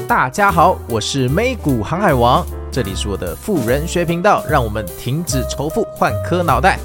大家好，我是美股航海王，这里是我的富人学频道，让我们停止仇富，换颗脑袋。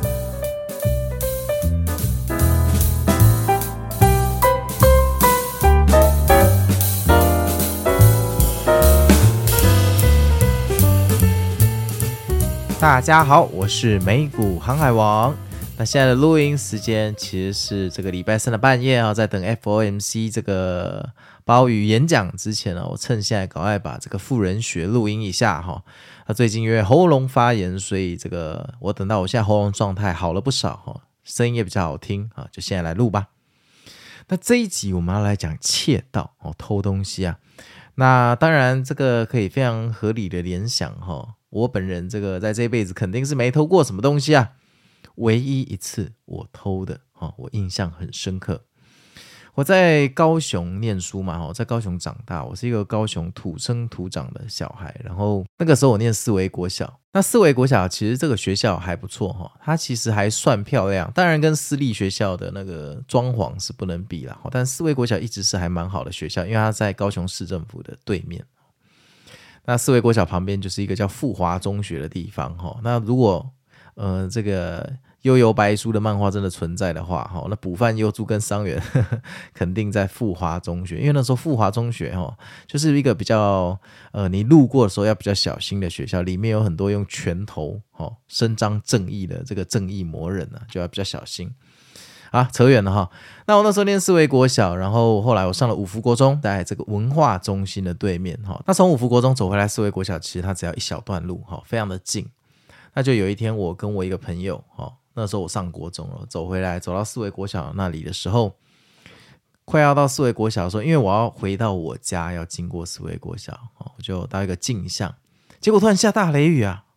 大家好，我是美股航海王。那现在的录音时间其实是这个礼拜三的半夜啊，在等 FOMC 这个鲍鱼演讲之前呢，我趁现在赶快把这个富人学录音一下哈。那最近因为喉咙发炎，所以这个我等到我现在喉咙状态好了不少哈，声音也比较好听啊，就现在来录吧。那这一集我们要来讲窃盗哦，偷东西啊。那当然这个可以非常合理的联想哈，我本人这个在这辈子肯定是没偷过什么东西啊。唯一一次我偷的我印象很深刻。我在高雄念书嘛，在高雄长大，我是一个高雄土生土长的小孩。然后那个时候我念四维国小，那四维国小其实这个学校还不错，它其实还算漂亮，当然跟私立学校的那个装潢是不能比啦，但四维国小一直是还蛮好的学校，因为它在高雄市政府的对面。那四维国小旁边就是一个叫富华中学的地方，那如果这个幽游白书的漫画真的存在的话，那补饭优助跟伤员肯定在富华中学，因为那时候富华中学就是一个比较你路过的时候要比较小心的学校，里面有很多用拳头伸张正义的这个正义魔人就要比较小心啊。扯远了那我那时候念四维国小，然后后来我上了五福国中，在这个文化中心的对面那从五福国中走回来四维国小，其实它只要一小段路非常的近。那就有一天我跟我一个朋友那时候我上国中了，走到四维国小那里的时候，快要到四维国小的时候，因为我要回到我家，要经过四维国小我就到一个径巷，结果突然下大雷雨啊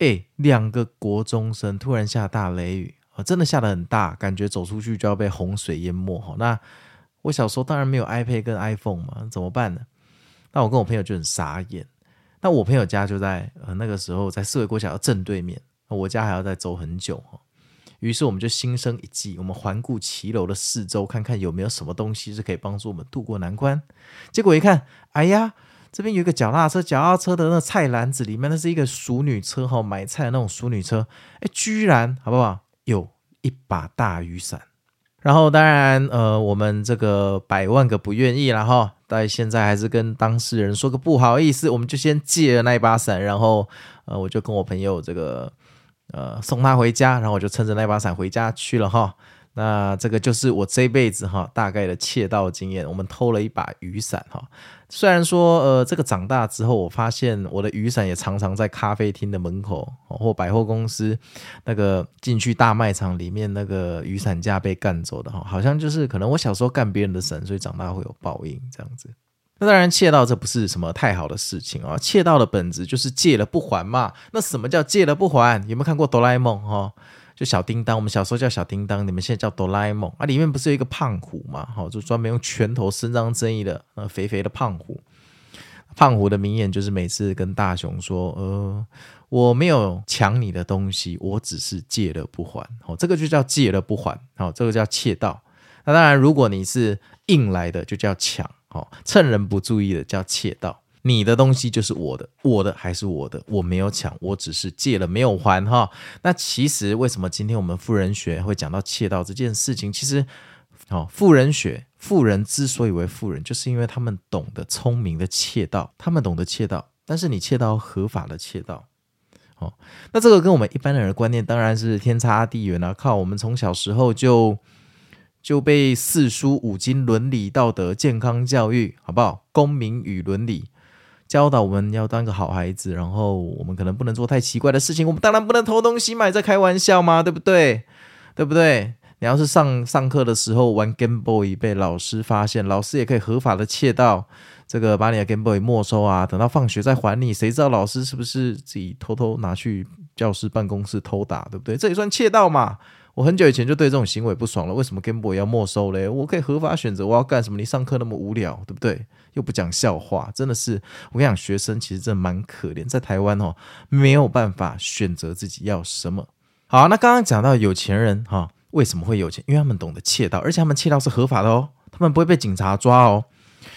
！2个国中生突然下大雷雨真的下得很大，感觉走出去就要被洪水淹没那我小时候当然没有 iPad 跟 iPhone 嘛，怎么办呢？那我跟我朋友就很傻眼。那我朋友家就在那个时候在四维国小的正对面，我家还要再走很久于是我们就心生一计，我们环顾骑楼的四周，看看有没有什么东西是可以帮助我们渡过难关。结果一看，哎呀，这边有一个脚踏车的那个菜篮子里面，那是一个淑女车买菜的那种淑女车，居然好不好有一把大雨伞。然后当然我们这个100万个不愿意啦但现在还是跟当事人说个不好意思，我们就先借了那一把伞，然后我就跟我朋友这个送他回家，然后我就撑着那把伞回家去了那这个就是我这辈子大概的窃盗经验，我们偷了一把雨伞虽然说这个长大之后，我发现我的雨伞也常常在咖啡厅的门口或百货公司那个进去大卖场里面那个雨伞架被干走的好像就是可能我小时候干别人的伞，所以长大会有报应这样子。那当然窃盗这不是什么太好的事情窃盗的本质就是借了不还嘛。那什么叫借了不还？有没有看过哆啦 A 梦就小叮当，我们小时候叫小叮当，你们现在叫哆啦 A 梦里面不是有一个胖虎嘛就专门用拳头伸张正义的肥肥的胖虎。胖虎的名言就是每次跟大雄说我没有抢你的东西，我只是借了不还这个就叫借了不还这个叫窃盗。那当然如果你是硬来的就叫抢趁人不注意的叫窃盗。你的东西就是我的，我的还是我的，我没有抢，我只是借了没有还那其实为什么今天我们富人学会讲到窃盗这件事情？其实富人学，富人之所以为富人，就是因为他们懂得聪明的窃盗，他们懂得窃盗，但是你窃盗合法的窃盗那这个跟我们一般人的观念当然是天差地远靠我们从小时候就被四书五经伦理道德健康教育好不好？公民与伦理教导我们要当个好孩子，然后我们可能不能做太奇怪的事情，我们当然不能偷东西嘛，你在开玩笑吗？对不对？你要是上课的时候玩 Game Boy 被老师发现，老师也可以合法的窃盗这个把你的 Game Boy 没收等到放学再还你，谁知道老师是不是自己偷偷拿去教室办公室偷打，对不对？这也算窃盗嘛。我很久以前就对这种行为不爽了，为什么 Game Boy 要没收嘞？我可以合法选择我要干什么，你上课那么无聊，对不对？又不讲笑话，真的是我跟你讲，学生其实真的蛮可怜，在台湾没有办法选择自己要什么。好，那刚刚讲到有钱人为什么会有钱？因为他们懂得窃盗，而且他们窃盗是合法的他们不会被警察抓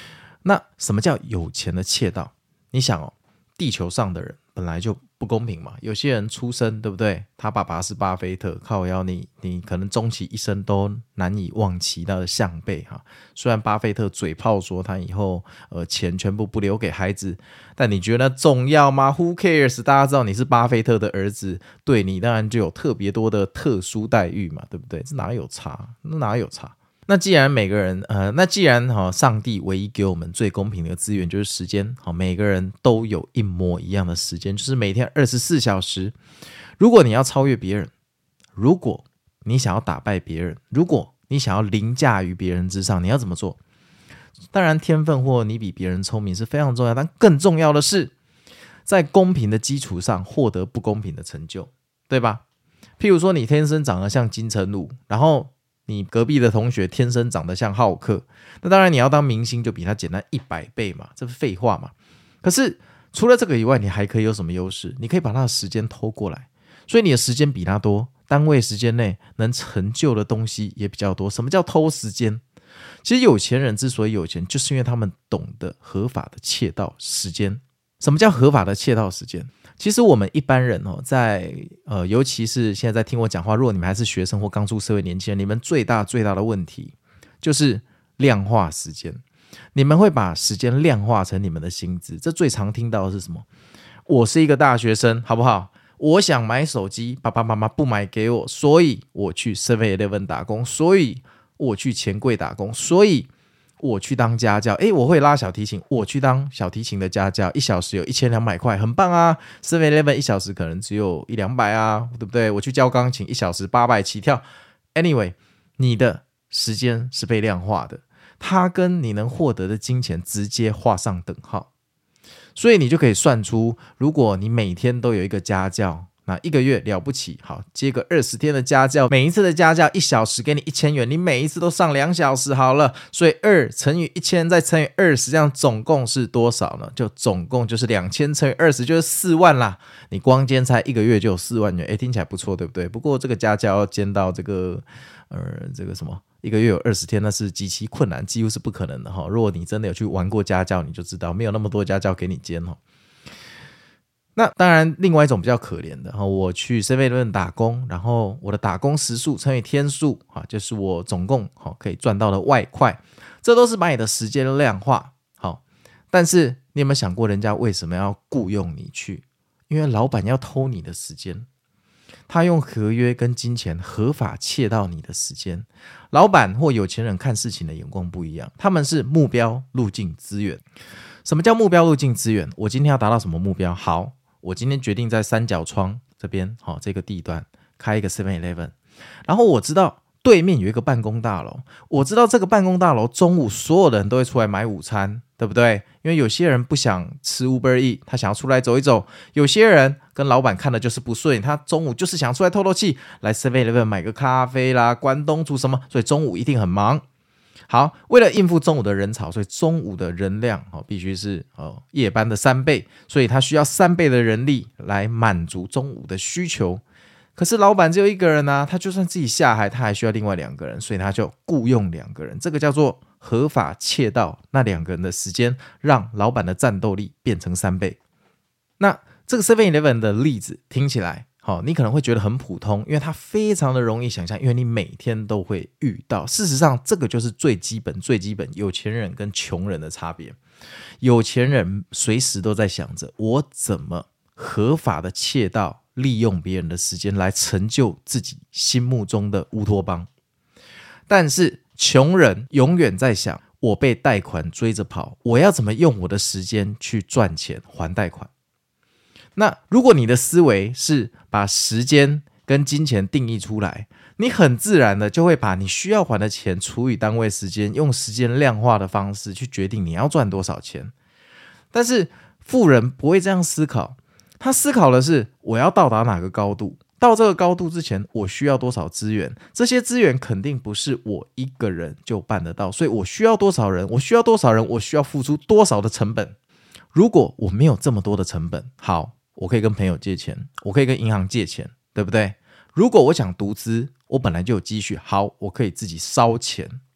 那什么叫有钱的窃盗？你想哦，地球上的人本来就不公平嘛，有些人出生对不对，他爸爸是巴菲特，靠腰你可能终其一生都难以望其他的项背哈。虽然巴菲特嘴炮说他以后钱全部不留给孩子，但你觉得那重要吗？ Who cares？ 大家知道你是巴菲特的儿子，对你当然就有特别多的特殊待遇嘛，对不对？这哪有差？哪有差？那既然每个人上帝唯一给我们最公平的资源就是时间，每个人都有一模一样的时间，就是每天24小时。如果你要超越别人，如果你想要打败别人，如果你想要凌驾于别人之上，你要怎么做？当然天分或你比别人聪明是非常重要，但更重要的是在公平的基础上获得不公平的成就，对吧？譬如说你天生长得像金城武，然后你隔壁的同学天生长得像浩克，那当然你要当明星就比他简单100倍嘛，这是废话嘛。可是除了这个以外，你还可以有什么优势？你可以把他的时间偷过来，所以你的时间比他多，单位时间内能成就的东西也比较多。什么叫偷时间？其实有钱人之所以有钱，就是因为他们懂得合法的窃盗时间。什么叫合法的窃盗时间？其实我们一般人尤其是现在在听我讲话，如果你们还是学生或刚出社会年轻人，你们最大的问题就是量化时间。你们会把时间量化成你们的薪资，这最常听到的是什么？我是一个大学生，好不好？我想买手机，爸爸妈妈不买给我，所以我去 7-Eleven 打工，所以我去钱柜打工，所以我去当家教。我会拉小提琴，我去当小提琴的家教，1小时有1200块，很棒啊。 7-Eleven 1小时可能只有100-200啊，对不对？我去教钢琴1小时800起跳。 Anyway， 你的时间是被量化的，它跟你能获得的金钱直接画上等号。所以你就可以算出，如果你每天都有一个家教，那1个月了不起，好，接个20天的家教，每一次的家教1小时给你1000元，你每一次都上2小时好了，所以2乘以1000再乘以20，这样总共是多少呢？就总共就是2000乘以20就是4万啦。你光兼差1个月就有4万元，听起来不错，对不对？不过这个家教要兼到这个什么1个月有20天，那是极其困难，几乎是不可能的哈。如果你真的有去玩过家教，你就知道没有那么多家教给你兼哈。那当然另外一种比较可怜的，我去 7-Eleven 打工，然后我的打工时数乘以天数，就是我总共可以赚到的外快，这都是把你的时间量化。好，但是你有没有想过人家为什么要雇佣你去？因为老板要偷你的时间，他用合约跟金钱合法窃到你的时间。老板或有钱人看事情的眼光不一样，他们是目标、路径、资源。什么叫目标、路径、资源？我今天要达到什么目标？好，我今天决定在三角窗这边这个地段开一个 7-Eleven， 然后我知道对面有一个办公大楼，我知道这个办公大楼中午所有的人都会出来买午餐，对不对？因为有些人不想吃 Uber Eats， 他想要出来走一走，有些人跟老板看的就是不顺，他中午就是想出来透透气，来 7-Eleven 买个咖啡啦，关东煮什么，所以中午一定很忙。好，为了应付中午的人潮，所以中午的人量必须是夜班的3倍，所以他需要3倍的人力来满足中午的需求。可是老板只有1个人啊，他就算自己下海，他还需要另外2个人，所以他就雇佣2个人，这个叫做合法窃盗那2个人的时间，让老板的战斗力变成3倍。那这个 7-Eleven 的例子听起来你可能会觉得很普通，因为它非常的容易想象，因为你每天都会遇到。事实上这个就是最基本有钱人跟穷人的差别。有钱人随时都在想着我怎么合法的窃盗，利用别人的时间来成就自己心目中的乌托邦。但是穷人永远在想，我被贷款追着跑，我要怎么用我的时间去赚钱还贷款。那如果你的思维是把时间跟金钱定义出来，你很自然的就会把你需要还的钱除以单位时间，用时间量化的方式去决定你要赚多少钱。但是富人不会这样思考，他思考的是我要到达哪个高度，到这个高度之前我需要多少资源，这些资源肯定不是我1个人就办得到，所以我需要多少人，我需要付出多少的成本。如果我没有这么多的成本，好，我可以跟朋友借钱，我可以跟银行借钱，对不对？如果我想独资，我本来就有积蓄，好，我可以自己烧钱。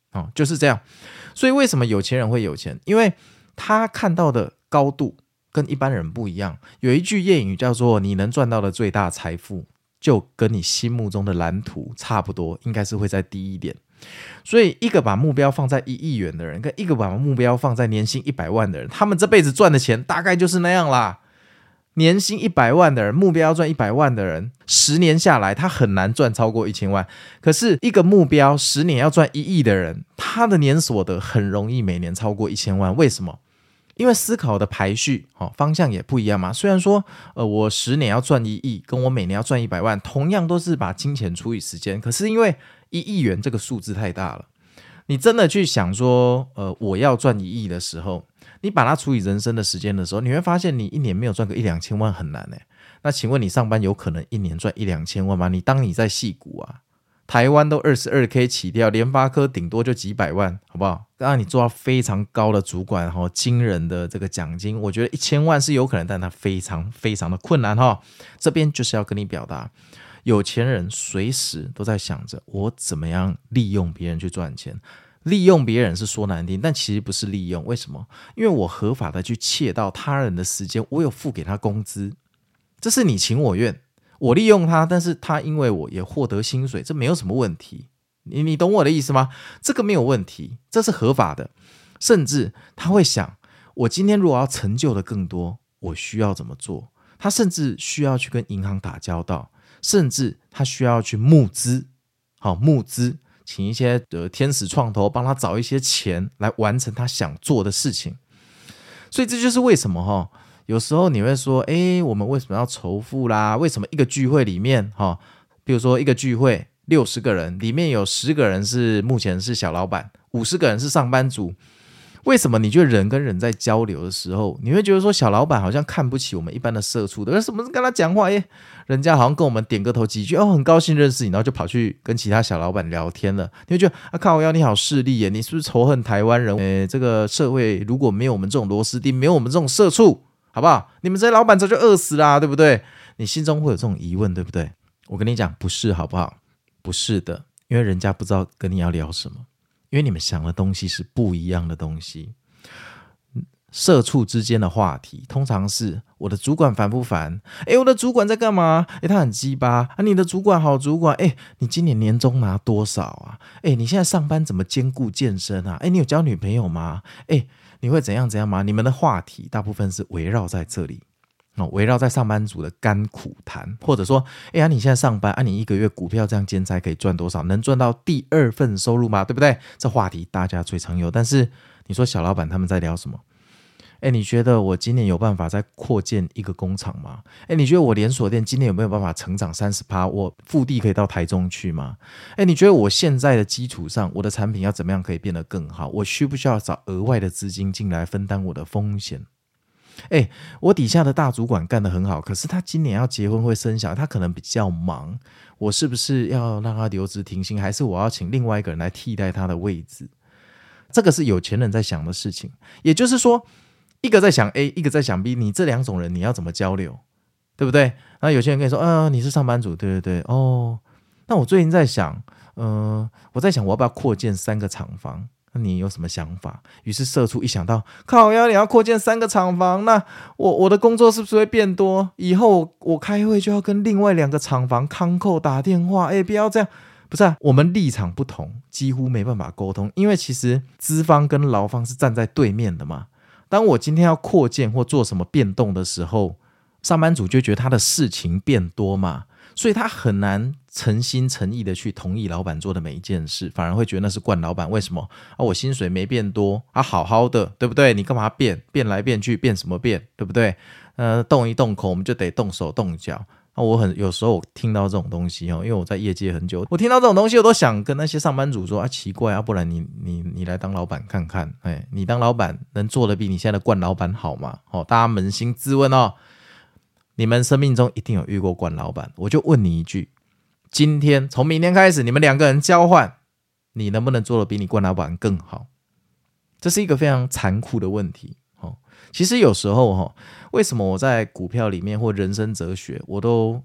就是这样。所以为什么有钱人会有钱？因为他看到的高度跟一般人不一样。有一句谚语叫做你能赚到的最大财富就跟你心目中的蓝图差不多，应该是会再低一点。所以一个把目标放在1亿元的人跟一个把目标放在年薪100万的人，他们这辈子赚的钱大概就是那样啦。年薪100万的人，目标要赚100万的人，10年下来他很难赚超过1000万。可是一个目标10年要赚1亿的人，他的年所得很容易每年超过1000万。为什么？因为思考的排序方向也不一样嘛。虽然说我10年要赚1亿，跟我每年要赚100万，同样都是把金钱除以时间，可是因为1亿元这个数字太大了，你真的去想说我要赚1亿的时候，你把它除以人生的时间的时候，你会发现你一年没有赚个1-2千万很难欸。那请问你上班有可能一年赚1-2千万吗？你当你在矽谷啊，台湾都 22K 起跳，联发科顶多就几百万，好不好？当然你做到非常高的主管，惊人的这个奖金，我觉得1000万是有可能，但它非常非常的困难。这边就是要跟你表达，有钱人随时都在想着我怎么样利用别人去赚钱。利用别人是说难听，但其实不是利用。为什么？因为我合法的去窃盗他人的时间，我有付给他工资，这是你情我愿。我利用他，但是他因为我也获得薪水，这没有什么问题。你懂我的意思吗？这个没有问题，这是合法的。甚至他会想，我今天如果要成就的更多，我需要怎么做？他甚至需要去跟银行打交道，甚至他需要去募资，请一些天使创投帮他找一些钱来完成他想做的事情。所以这就是为什么有时候你会说我们为什么要仇富啦？为什么一个聚会里面比如说一个聚会60个人里面有10个人是目前是小老板，50个人是上班族，为什么你觉得人跟人在交流的时候，你会觉得说小老板好像看不起我们一般的社畜的？为什么跟他讲话人家好像跟我们点个头几句很高兴认识你，然后就跑去跟其他小老板聊天了。你会觉得靠腰你好势利耶，你是不是仇恨台湾人？这个社会如果没有我们这种螺丝钉，没有我们这种社畜，好不好？你们这些老板早就饿死啦，对不对？你心中会有这种疑问，对不对？我跟你讲，不是，好不好？不是的，因为人家不知道跟你要聊什么，因为你们想的东西是不一样的东西。社畜之间的话题通常是我的主管烦不烦？我的主管在干嘛？他很鸡巴你的主管好主管你今年年终拿多少啊？你现在上班怎么兼顾健身啊？你有交女朋友吗？你会怎样怎样吗？你们的话题大部分是围绕在这里，围绕在上班族的甘苦谈，或者说你现在上班你一个月股票这样兼差可以赚多少？能赚到第2份收入吗？对不对？这话题大家最常有。但是你说小老板他们在聊什么？你觉得我今年有办法再扩建一个工厂吗？你觉得我连锁店今年有没有办法成长 30%？ 我腹地可以到台中去吗？你觉得我现在的基础上，我的产品要怎么样可以变得更好？我需不需要找额外的资金进来分担我的风险？我底下的大主管干得很好，可是他今年要结婚会生小孩，他可能比较忙，我是不是要让他留职停薪，还是我要请另外一个人来替代他的位置？这个是有钱人在想的事情。也就是说，一个在想 A， 一个在想 B， 你这2种人你要怎么交流，对不对？那有些人跟你说你是上班族，对对对那我最近在想我在想我要不要扩建3个厂房，那你有什么想法？于是社畜一想到靠腰你要扩建3个厂房，那我的工作是不是会变多？以后我开会就要跟另外2个厂房康扣打电话，不要这样。不是我们立场不同，几乎没办法沟通，因为其实资方跟劳方是站在对面的嘛。当我今天要扩建或做什么变动的时候，上班族就觉得他的事情变多嘛，所以他很难诚心诚意的去同意老板做的每一件事，反而会觉得那是惯老板。为什么我薪水没变多好好的，对不对？你干嘛变来变去，变什么变，对不对？动一动口我们就得动手动脚。有时候我听到这种东西因为我在业界很久，我听到这种东西我都想跟那些上班族说奇怪不然你来当老板看看，你当老板能做得比你现在的惯老板好吗？大家扪心自问你们生命中一定有遇过惯老板。我就问你一句，今天从明天开始你们2个人交换，你能不能做得比你惯老板更好？这是一个非常残酷的问题。其实有时候为什么我在股票里面或人生哲学我都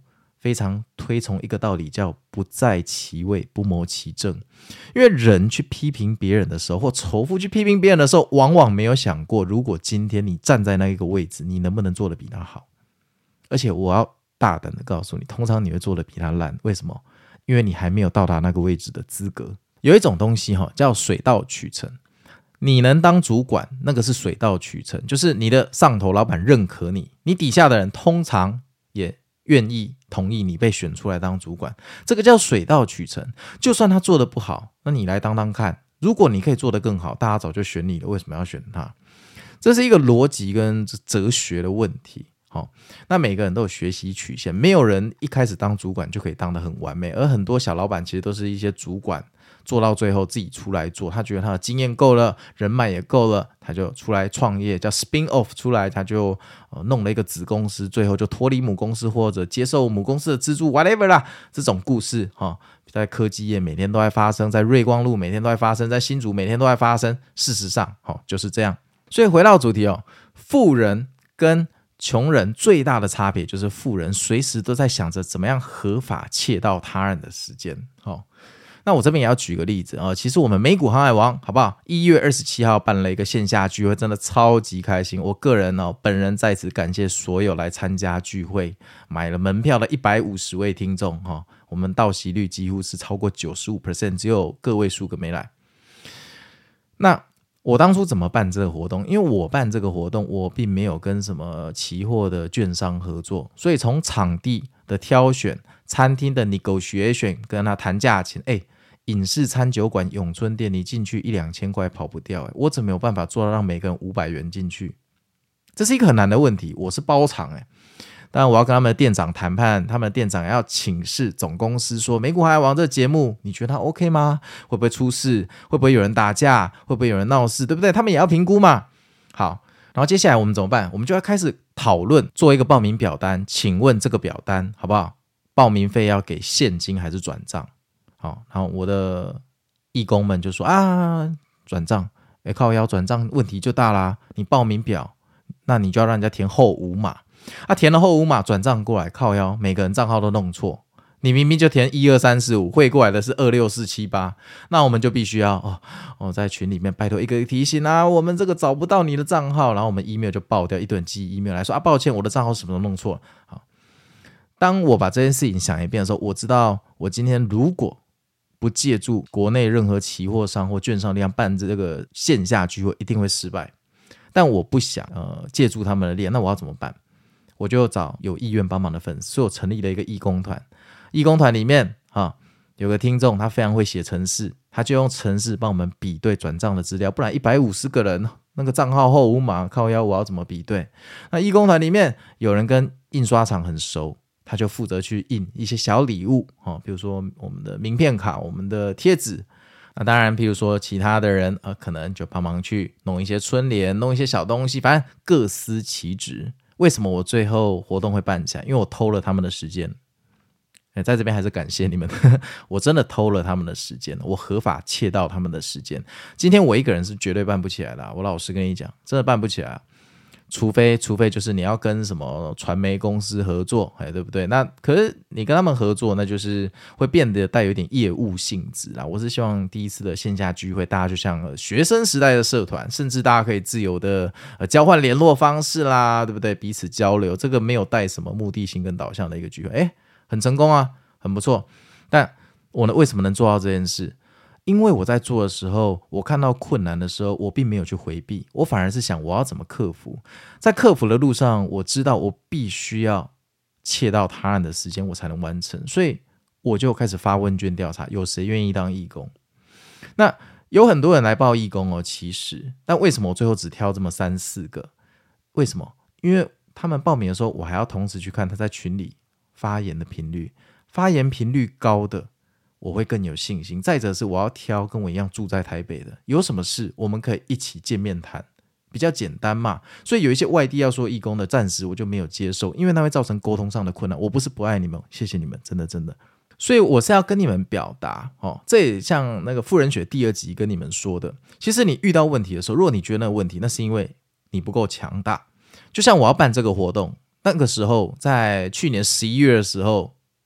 非常推崇一个道理，叫不在其位不谋其政。因为人去批评别人的时候，或仇富去批评别人的时候，往往没有想过，如果今天你站在那一个位置，你能不能做得比他好。而且我要大胆的告诉你，通常你会做得比他烂。为什么？因为你还没有到达那个位置的资格。有一种东西叫水到渠成，你能当主管，那个是水到渠成，就是你的上头老板认可你，你底下的人通常也愿意同意你被选出来当主管，这个叫水到渠成。就算他做得不好，那你来当当看，如果你可以做得更好，大家早就选你了，为什么要选他？这是一个逻辑跟哲学的问题。那每个人都有学习曲线，没有人一开始当主管就可以当得很完美，而很多小老板其实都是一些主管做到最后自己出来做，他觉得他的经验够了，人脉也够了，他就出来创业，叫 spin off 出来，他就弄了一个子公司，最后就脱离母公司或者接受母公司的资助 whatever 啦。这种故事在科技业每天都在发生，在瑞光路每天都在发生，在新竹每天都在发生，事实上就是这样。所以回到主题富人跟穷人最大的差别就是富人随时都在想着怎么样合法窃盗他人的时间。那我这边也要举个例子其实我们美股航海王好不好，1月27号办了一个线下聚会，真的超级开心。我个人本人在此感谢所有来参加聚会买了门票的150位听众我们到席率几乎是超过 95%， 只有个位数个没来。那我当初怎么办这个活动？因为我办这个活动，我并没有跟什么期货的券商合作，所以从场地的挑选、餐厅的 negotiation 跟他谈价钱，影视餐酒馆永春店你进去1-2千块跑不掉，我怎么有办法做到让每个人500元进去？这是一个很难的问题。我是包场当然我要跟他们的店长谈判，他们的店长要请示总公司说，美股航海王这个节目你觉得它 OK 吗？会不会出事？会不会有人打架？会不会有人闹事？对不对？他们也要评估嘛。好，然后接下来我们怎么办？我们就要开始讨论，做一个报名表单。请问这个表单好不好？报名费要给现金还是转账？好，然后我的义工们就说转账。靠腰转账问题就大啦，你报名表那你就要让人家填后5码填了后5码转账过来，靠腰每个人账号都弄错，你明明就填12345，汇过来的是26478，那我们就必须要在群里面拜托一个提醒我们这个找不到你的账号，然后我们 email 就爆掉，一顿寄 email 来说抱歉我的账号什么都弄错了。好，当我把这件事情想一遍的时候，我知道我今天如果不借助国内任何期货商或券商力量办这个线下聚会一定会失败，但我不想借助他们的力量，那我要怎么办？我就找有意愿帮忙的粉丝，所以我成立了一个义工团。义工团里面有个听众他非常会写程式，他就用程式帮我们比对转账的资料，不然150个人那个账号后5码靠腰，我要怎么比对？那义工团里面有人跟印刷厂很熟，他就负责去印一些小礼物比如说我们的名片卡、我们的贴纸。那当然譬如说其他的人可能就帮忙去弄一些春联，弄一些小东西，反正各司其职。为什么我最后活动会办起来？因为我偷了他们的时间。在这边还是感谢你们我真的偷了他们的时间，我合法窃盗他们的时间。今天我一个人是绝对办不起来的我老实跟你讲，真的办不起来除非就是你要跟什么传媒公司合作对不对？那可是你跟他们合作，那就是会变得带有一点业务性质啦。我是希望第一次的线下聚会，大家就像学生时代的社团，甚至大家可以自由的交换联络方式啦，对不对？彼此交流，这个没有带什么目的性跟导向的一个聚会很成功很不错。但我为什么能做到这件事？因为我在做的时候，我看到困难的时候，我并没有去回避，我反而是想我要怎么克服。在克服的路上，我知道我必须要窃盗他人的时间，我才能完成，所以我就开始发问卷调查，有谁愿意当义工？那有很多人来报义工其实，但为什么我最后只挑这么3-4个？为什么？因为他们报名的时候，我还要同时去看他在群里发言的频率，发言频率高的我会更有信心。再者是我要挑跟我一样住在台北的，有什么事我们可以一起见面谈，比较简单嘛。所以有一些外地要说义工的，暂时我就没有接受，因为那会造成沟通上的困难。我不是不爱你们，谢谢你们，真的真的。所以我是要跟你们表达这也像那个富人学第2集跟你们说的，其实你遇到问题的时候，如果你觉得那个问题，那是因为你不够强大。就像我要办这个活动，那个时候在去年11月的时候，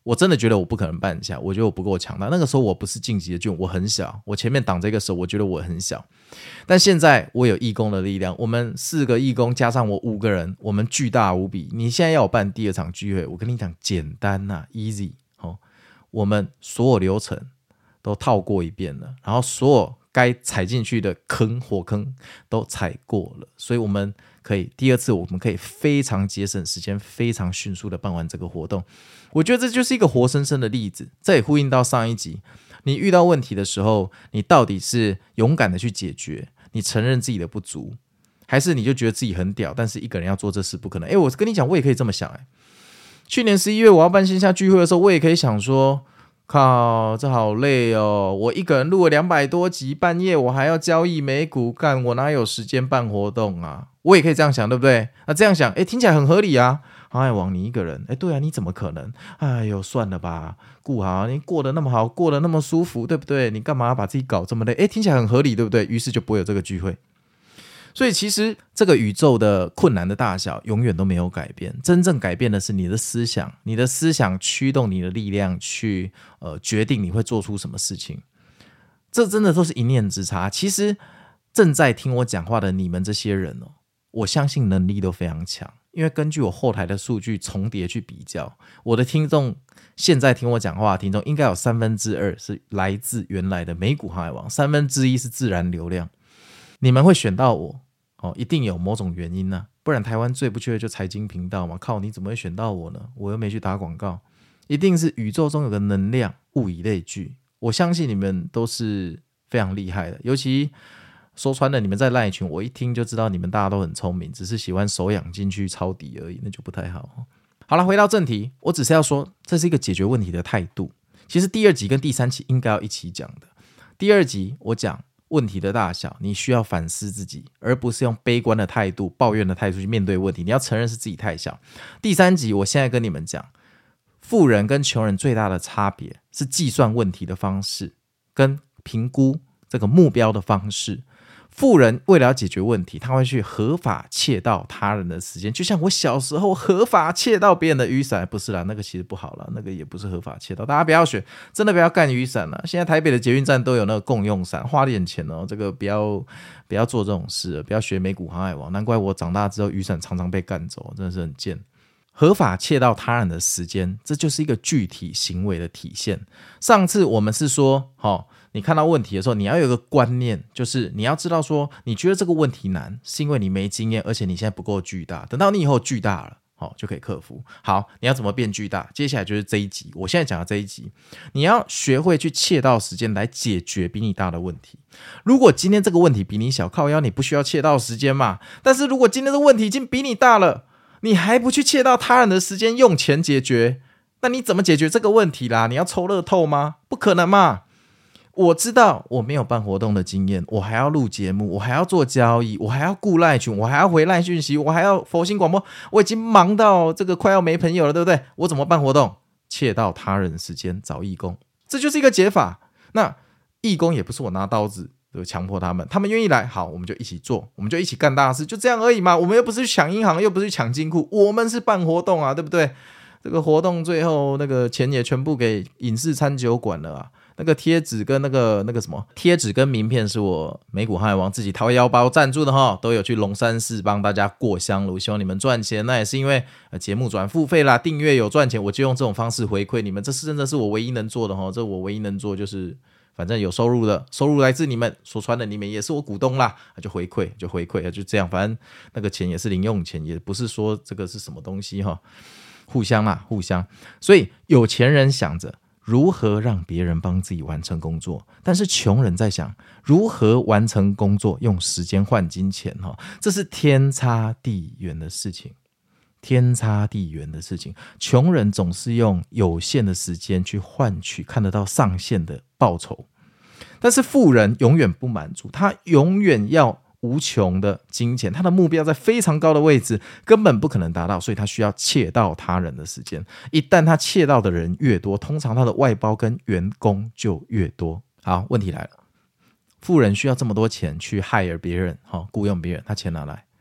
我真的觉得我不可能办下，我觉得我不够强大。那个时候我不是晋级的军，我很小，我前面挡这个手，我觉得我很小。但现在我有义工的力量，我们4个义工加上我5个人，我们巨大无比。你现在要我办第2场聚会，我跟你讲简单啊 easy、我们所有流程都套过一遍了，然后所有该踩进去的火坑都踩过了，所以我们可以第2次我们可以非常节省时间，非常迅速的办完这个活动。我觉得这就是一个活生生的例子，这也呼应到上一集，你遇到问题的时候，你到底是勇敢的去解决，你承认自己的不足，还是你就觉得自己很屌，但是一个人要做这事不可能。我跟你讲，我也可以这么想。去年11月我要办线下聚会的时候，我也可以想说，靠，这好累哦！我一个人录了200多集，半夜我还要交易美股，干我哪有时间办活动啊？我也可以这样想，对不对？那这样想，听起来很合理啊。航海王你一个人，对啊，你怎么可能？哎呦，算了吧，顾好，你过得那么好，过得那么舒服，对不对？你干嘛把自己搞这么累？听起来很合理，对不对？于是就不会有这个聚会。所以其实这个宇宙的困难的大小永远都没有改变，真正改变的是你的思想，你的思想驱动你的力量去决定你会做出什么事情。这真的都是一念之差。其实正在听我讲话的你们这些人我相信能力都非常强，因为根据我后台的数据重叠去比较，我的听众现在听我讲话的听众应该有2/3是来自原来的美股航海王，1/3是自然流量。你们会选到我一定有某种原因啊，不然台湾最不缺的就财经频道嘛，靠，你怎么会选到我呢？我又没去打广告，一定是宇宙中有个能量，物以类聚。我相信你们都是非常厉害的，尤其说穿了，你们在LINE群，我一听就知道你们大家都很聪明，只是喜欢手痒进去抄底而已，那就不太好。好了，回到正题，我只是要说，这是一个解决问题的态度。其实第2集跟第3期应该要一起讲的。第2集我讲问题的大小，你需要反思自己，而不是用悲观的态度、抱怨的态度去面对问题。你要承认是自己太小。第3集我现在跟你们讲，富人跟穷人最大的差别是计算问题的方式跟评估这个目标的方式。富人为了要解决问题，他会去合法窃盗他人的时间，就像我小时候合法窃盗别人的雨伞，不是啦，那个其实不好啦，那个也不是合法窃盗，大家不要学，真的不要干雨伞啦。现在台北的捷运站都有那个共用伞，花点钱这个不要做这种事，不要学美股航海王，难怪我长大之后雨伞常常被干走，真的是很贱。合法窃盗他人的时间，这就是一个具体行为的体现。上次我们是说你看到问题的时候，你要有一个观念，就是你要知道说，你觉得这个问题难，是因为你没经验，而且你现在不够巨大。等到你以后巨大了，就可以克服。好，你要怎么变巨大？接下来就是这一集，我现在讲的这一集，你要学会去窃盗时间来解决比你大的问题。如果今天这个问题比你小，靠腰你不需要窃盗时间嘛。但是如果今天这个问题已经比你大了，你还不去窃盗他人的时间，用钱解决，那你怎么解决这个问题啦？你要抽乐透吗？不可能嘛。我知道我没有办活动的经验，我还要录节目，我还要做交易，我还要顾LINE群，我还要回LINE讯息，我还要佛心广播，我已经忙到这个快要没朋友了，对不对？我怎么办活动？窃盗他人时间，找义工，这就是一个解法。那义工也不是我拿刀子强迫他们，他们愿意来，好，我们就一起做，我们就一起干大事，就这样而已嘛。我们又不是去抢银行，又不是去抢金库，我们是办活动啊，对不对？这个活动最后那个钱也全部给影视餐酒馆了啊。那个贴纸跟那个什么贴纸跟名片是我美股航海王自己掏腰包赞助的都有去龙山寺帮大家过香炉，希望你们赚钱。那也是因为节目转付费啦，订阅有赚钱，我就用这种方式回馈你们，这是真的是我唯一能做的这我唯一能做就是反正有收入的，收入来自你们，说穿了你们也是我股东啦，就回馈就这样，反正那个钱也是零用钱，也不是说这个是什么东西互相啦，互相。所以有钱人想着如何让别人帮自己完成工作，但是穷人在想如何完成工作用时间换金钱这是天差地远的事情，天差地远的事情。穷人总是用有限的时间去换取看得到上限的报酬，但是富人永远不满足，他永远要无穷的金钱，他的目标在非常高的位置，根本不可能达到，所以他需要窃盗他人的时间。一旦他窃盗的人越多，通常他的外包跟员工就越多。好，问题来了，富人需要这么多钱去 hire 别人雇佣别人，他钱哪来？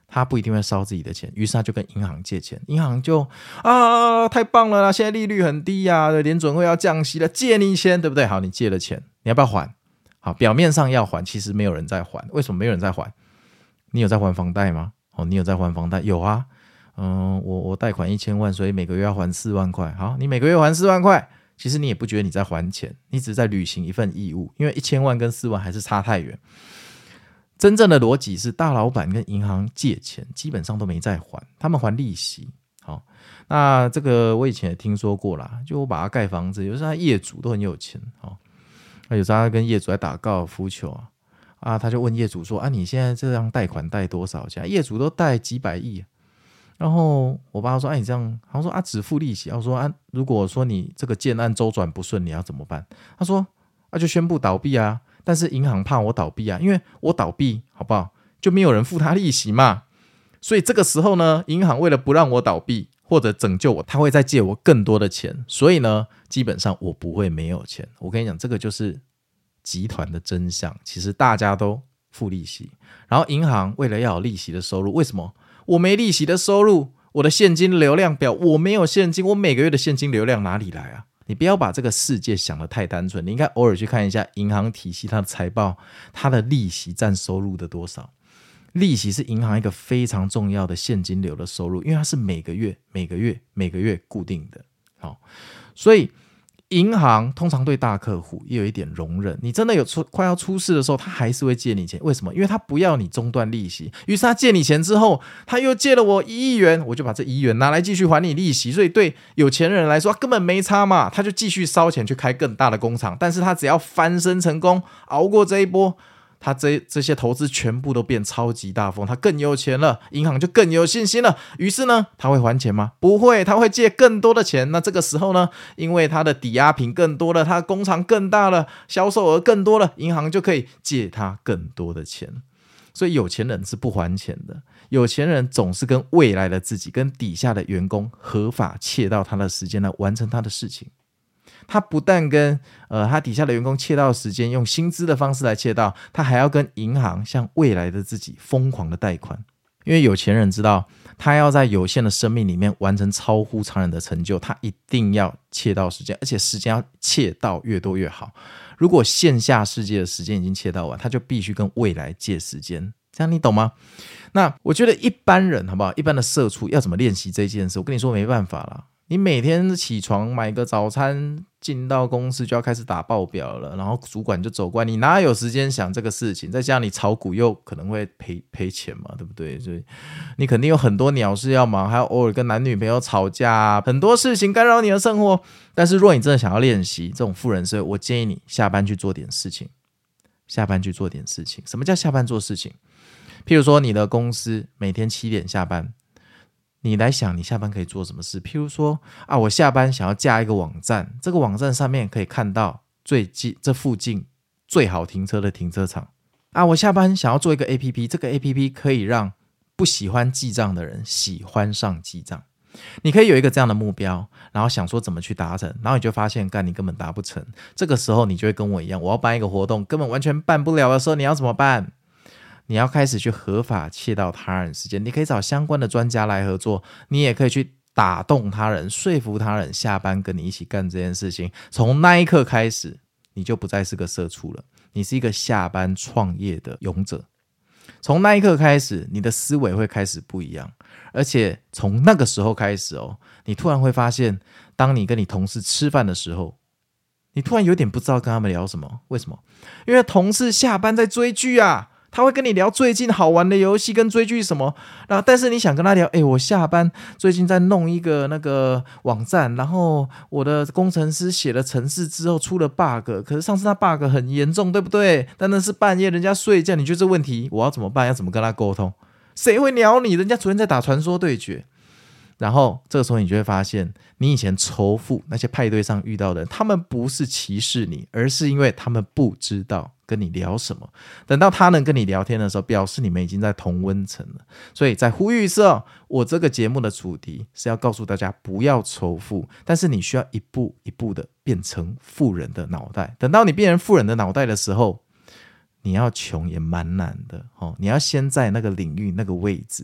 他不一定会烧自己的钱，于是他就跟银行借钱，银行就太棒了啦，现在利率很低啊，联准会要降息了，借你钱，对不对？好，你借了钱，你要不要还？好，表面上要还，其实没有人在还。为什么没有人在还？你有在还房贷吗？你有在还房贷？有啊。我贷款1000万，所以每个月要还4万块。好，你每个月还4万块，其实你也不觉得你在还钱，你只是在履行一份义务，因为1000万跟4万还是差太远。真正的逻辑是，大老板跟银行借钱基本上都没在还，他们还利息。好，那这个我以前也听说过啦，就我把他盖房子，有时候他业主都很有钱。好，有时候他跟业主在打高尔夫球他就问业主说你现在这样贷款贷多少钱？业主都贷几百亿。然后我爸说你这样，他说只付利息。我说如果说你这个建案周转不顺，你要怎么办？他说就宣布倒闭啊，但是银行怕我倒闭啊，因为我倒闭好不好，就没有人付他利息嘛。所以这个时候呢，银行为了不让我倒闭或者拯救我，他会再借我更多的钱，所以呢基本上我不会没有钱。我跟你讲，这个就是集团的真相，其实大家都付利息，然后银行为了要有利息的收入，为什么我没利息的收入？我的现金流量表我没有现金，我每个月的现金流量哪里来啊？你不要把这个世界想得太单纯，你应该偶尔去看一下银行体系它的财报，它的利息占收入的多少。利息是银行一个非常重要的现金流的收入，因为它是每个月固定的。好，所以银行通常对大客户也有一点容忍，你真的有快要出事的时候，他还是会借你钱。为什么？因为他不要你中断利息，于是他借你钱之后，他又借了我1亿元，我就把这1亿元拿来继续还你利息。所以对有钱人来说根本没差嘛，他就继续烧钱去开更大的工厂，但是他只要翻身成功，熬过这一波，他这些投资全部都变超级大风，他更有钱了，银行就更有信心了。于是呢，他会还钱吗？不会，他会借更多的钱。那这个时候呢，因为他的抵押品更多了，他的工厂更大了，销售额更多了，银行就可以借他更多的钱。所以有钱人是不还钱的，有钱人总是跟未来的自己跟底下的员工合法窃到他的时间来完成他的事情。他不但跟他底下的员工窃盗时间，用薪资的方式来窃盗，他还要跟银行向未来的自己疯狂的贷款。因为有钱人知道，他要在有限的生命里面完成超乎常人的成就，他一定要窃盗时间，而且时间要窃盗越多越好。如果线下世界的时间已经窃盗完，他就必须跟未来借时间。这样你懂吗？那我觉得一般人好不好？一般的社畜要怎么练习这件事？我跟你说没办法啦。你每天起床买个早餐，进到公司就要开始打报表了，然后主管就走过来，你哪有时间想这个事情？再加上你炒股又可能会赔钱嘛，对不对？所以你肯定有很多鸟事要忙，还要偶尔跟男女朋友吵架很多事情干扰你的生活。但是如果你真的想要练习这种富人思维，我建议你下班去做点事情。下班去做点事情。什么叫下班做事情？譬如说你的公司每天7点下班，你来想你下班可以做什么事。譬如说我下班想要架一个网站，这个网站上面可以看到这附近最好停车的停车场我下班想要做一个 APP， 这个 APP 可以让不喜欢记账的人喜欢上记账。你可以有一个这样的目标，然后想说怎么去达成，然后你就发现你根本达不成。这个时候你就会跟我一样，我要办一个活动根本完全办不了的时候，你要怎么办？你要开始去合法窃盗他人时间。你可以找相关的专家来合作，你也可以去打动他人，说服他人下班跟你一起干这件事情。从那一刻开始，你就不再是个社畜了，你是一个下班创业的勇者。从那一刻开始，你的思维会开始不一样，而且从那个时候开始你突然会发现，当你跟你同事吃饭的时候，你突然有点不知道跟他们聊什么。为什么？因为同事下班在追剧他会跟你聊最近好玩的游戏跟追剧什么，然后但是你想跟他聊我下班最近在弄一个那个网站，然后我的工程师写了程式之后出了 bug， 可是上次那 bug 很严重，对不对？但那是半夜人家睡觉，你觉得这问题我要怎么办？要怎么跟他沟通？谁会鸟你？人家昨天在打传说对决。然后这个时候你就会发现，你以前仇富那些派对上遇到的人，他们不是歧视你，而是因为他们不知道跟你聊什么。等到他能跟你聊天的时候，表示你们已经在同温层了。所以在呼吁一次我这个节目的主题是要告诉大家不要仇富，但是你需要一步一步的变成富人的脑袋。等到你变成富人的脑袋的时候，你要穷也蛮难的你要先在那个领域那个位置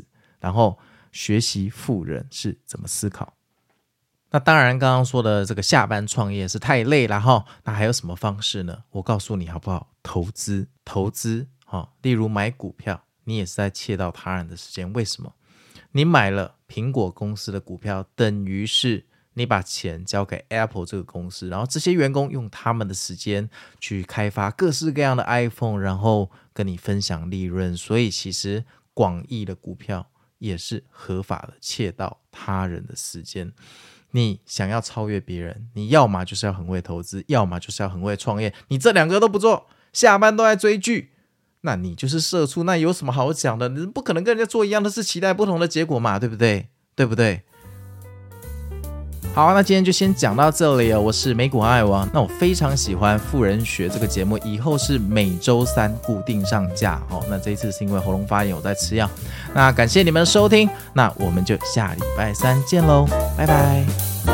然后学习富人是怎么思考。那当然刚刚说的这个下班创业是太累了齁，那还有什么方式呢？我告诉你好不好？投资例如买股票，你也是在窃盗他人的时间。为什么？你买了苹果公司的股票，等于是你把钱交给 Apple 这个公司，然后这些员工用他们的时间去开发各式各样的 iPhone， 然后跟你分享利润。所以其实广义的股票也是合法的窃盗他人的时间。你想要超越别人，你要么就是要很会投资，要么就是要很会创业，你这两个都不做，下班都在追剧，那你就是社畜，那有什么好讲的？你不可能跟人家做一样的事，期待不同的结果嘛，对不对？好，那今天就先讲到这里我是美股航海王。那我非常喜欢富人学这个节目，以后是每周三固定上架那这一次是因为喉咙发炎我在吃药。那感谢你们的收听，那我们就下礼拜三见咯，拜拜。